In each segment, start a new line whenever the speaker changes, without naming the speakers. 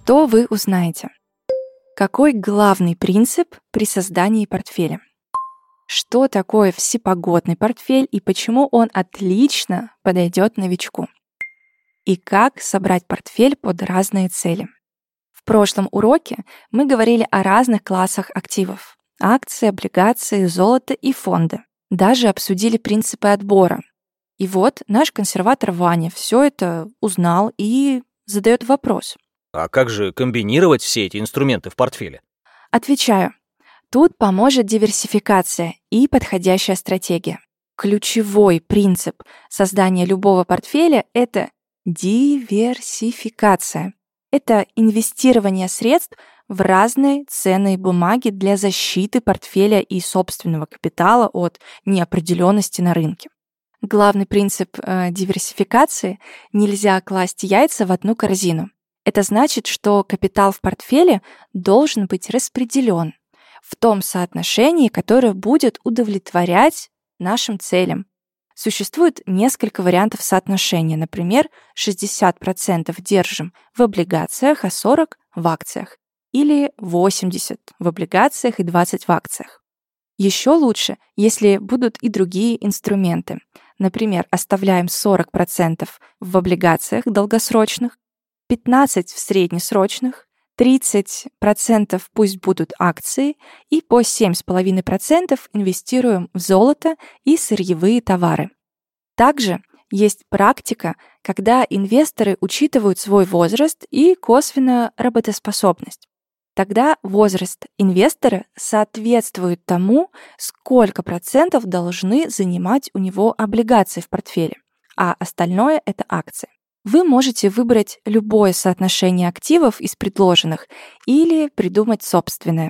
Что вы узнаете? Какой главный принцип при создании портфеля? Что такое всепогодный портфель и почему он отлично подойдет новичку? И как собрать портфель под разные цели? В прошлом уроке мы говорили о разных классах активов: акции, облигации, золото и фонды. Даже обсудили принципы отбора. И вот наш консерватор Ваня все это узнал и задает вопрос.
А как же комбинировать все эти инструменты в портфеле?
Отвечаю. Тут поможет диверсификация и подходящая стратегия. Ключевой принцип создания любого портфеля — это диверсификация. Это инвестирование средств в разные ценные бумаги для защиты портфеля и собственного капитала от неопределенности на рынке. Главный принцип диверсификации — нельзя класть яйца в одну корзину. Это значит, что капитал в портфеле должен быть распределен в том соотношении, которое будет удовлетворять нашим целям. Существует несколько вариантов соотношения. Например, 60% держим в облигациях, а 40% в акциях. Или 80% в облигациях и 20% в акциях. Еще лучше, если будут и другие инструменты. Например, оставляем 40% в облигациях долгосрочных, 15% в среднесрочных, 30% пусть будут акции и по 7,5% инвестируем в золото и сырьевые товары. Также есть практика, когда инвесторы учитывают свой возраст и косвенно работоспособность. Тогда возраст инвестора соответствует тому, сколько процентов должны занимать у него облигации в портфеле, а остальное — это акции. Вы можете выбрать любое соотношение активов из предложенных или придумать собственное.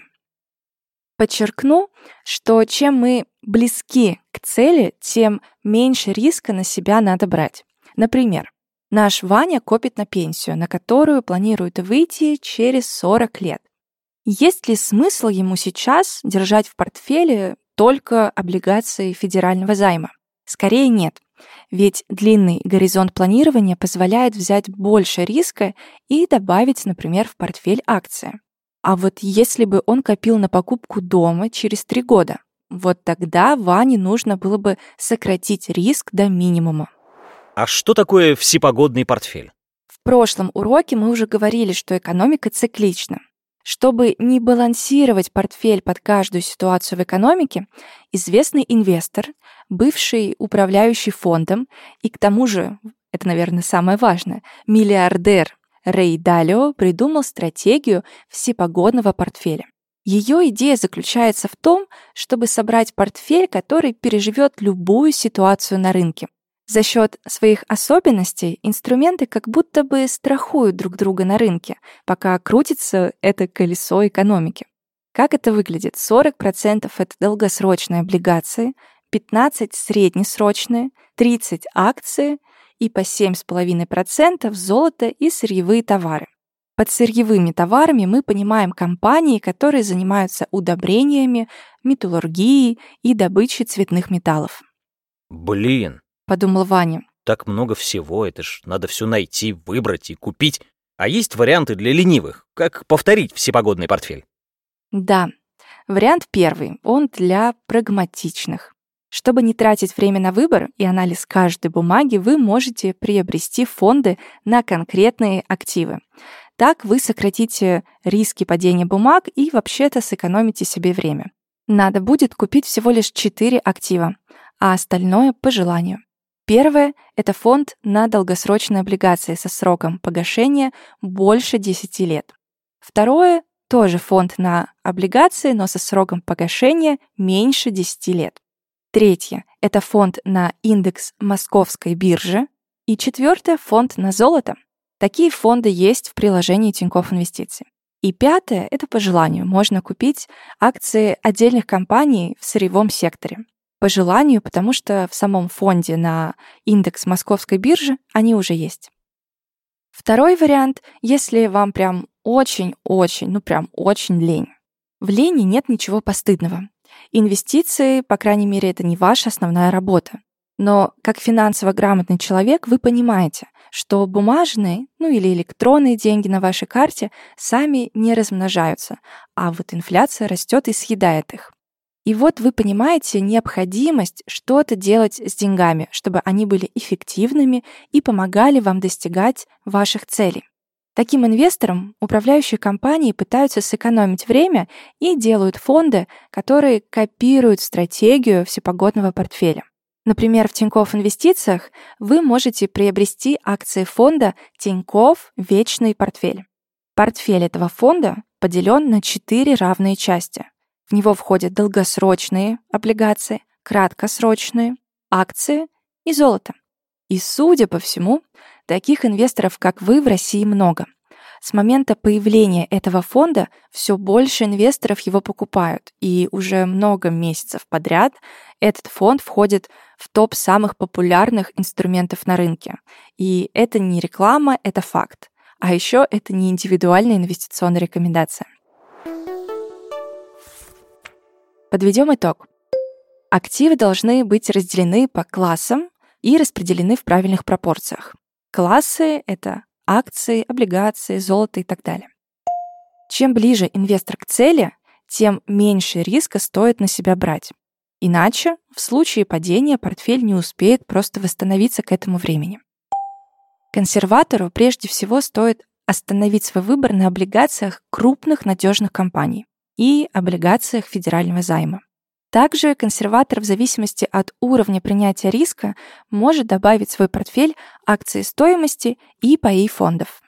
Подчеркну, что чем мы близки к цели, тем меньше риска на себя надо брать. Например, наш Ваня копит на пенсию, на которую планирует выйти через 40 лет. Есть ли смысл ему сейчас держать в портфеле только облигации федерального займа? Скорее нет. Ведь длинный горизонт планирования позволяет взять больше риска и добавить, например, в портфель акции. А вот если бы он копил на покупку дома через 3 года, вот тогда Ване нужно было бы сократить риск до минимума.
А что такое всепогодный портфель?
В прошлом уроке мы уже говорили, что экономика циклична. Чтобы не балансировать портфель под каждую ситуацию в экономике, известный инвестор, бывший управляющий фондом и, к тому же, это, наверное, самое важное, миллиардер Рэй Далио придумал стратегию всепогодного портфеля. Ее идея заключается в том, чтобы собрать портфель, который переживет любую ситуацию на рынке. За счет своих особенностей инструменты как будто бы страхуют друг друга на рынке, пока крутится это колесо экономики. Как это выглядит? 40% это долгосрочные облигации, 15% среднесрочные, 30% акции и по 7,5% золото и сырьевые товары. Под сырьевыми товарами мы понимаем компании, которые занимаются удобрениями, металлургией и добычей цветных металлов.
Блин,
Подумал Ваня.
так много всего, это ж надо все найти, выбрать и купить. А есть варианты для ленивых? Как повторить всепогодный портфель?
Да, вариант первый, он для прагматичных. Чтобы не тратить время на выбор и анализ каждой бумаги, вы можете приобрести фонды на конкретные активы. Так вы сократите риски падения бумаг и вообще-то сэкономите себе время. Надо будет купить всего лишь 4 актива, а остальное по желанию. Первое — это фонд на долгосрочные облигации со сроком погашения больше 10 лет. Второе — тоже фонд на облигации, но со сроком погашения меньше 10 лет. Третье — это фонд на индекс Московской биржи. И четвертое — фонд на золото. Такие фонды есть в приложении Тинькофф Инвестиции. И пятое — это по желанию. Можно купить акции отдельных компаний в сырьевом секторе. По желанию, потому что в самом фонде на индекс Московской биржи они уже есть. Второй вариант, если вам прям очень-очень, прям очень лень. В лени нет ничего постыдного. Инвестиции, по крайней мере, это не ваша основная работа. Но как финансово грамотный человек вы понимаете, что бумажные, или электронные деньги на вашей карте сами не размножаются, а вот инфляция растет и съедает их. И вот вы понимаете необходимость что-то делать с деньгами, чтобы они были эффективными и помогали вам достигать ваших целей. Таким инвесторам управляющие компании пытаются сэкономить время и делают фонды, которые копируют стратегию всепогодного портфеля. Например, в Тинькофф Инвестициях вы можете приобрести акции фонда Тинькофф Вечный портфель. Портфель этого фонда поделен на 4 равные части. В него входят долгосрочные облигации, краткосрочные, акции и золото. И, судя по всему, таких инвесторов, как вы, в России много. С момента появления этого фонда все больше инвесторов его покупают, и уже много месяцев подряд этот фонд входит в топ самых популярных инструментов на рынке. И это не реклама, это факт. А еще это не индивидуальная инвестиционная рекомендация. Подведем итог. Активы должны быть разделены по классам и распределены в правильных пропорциях. Классы — это акции, облигации, золото и так далее. Чем ближе инвестор к цели, тем меньше риска стоит на себя брать. Иначе, в случае падения, портфель не успеет просто восстановиться к этому времени. Консерватору прежде всего стоит остановить свой выбор на облигациях крупных надежных компаний и облигациях федерального займа. Также консерватор в зависимости от уровня принятия риска может добавить в свой портфель акции стоимости и паи фондов.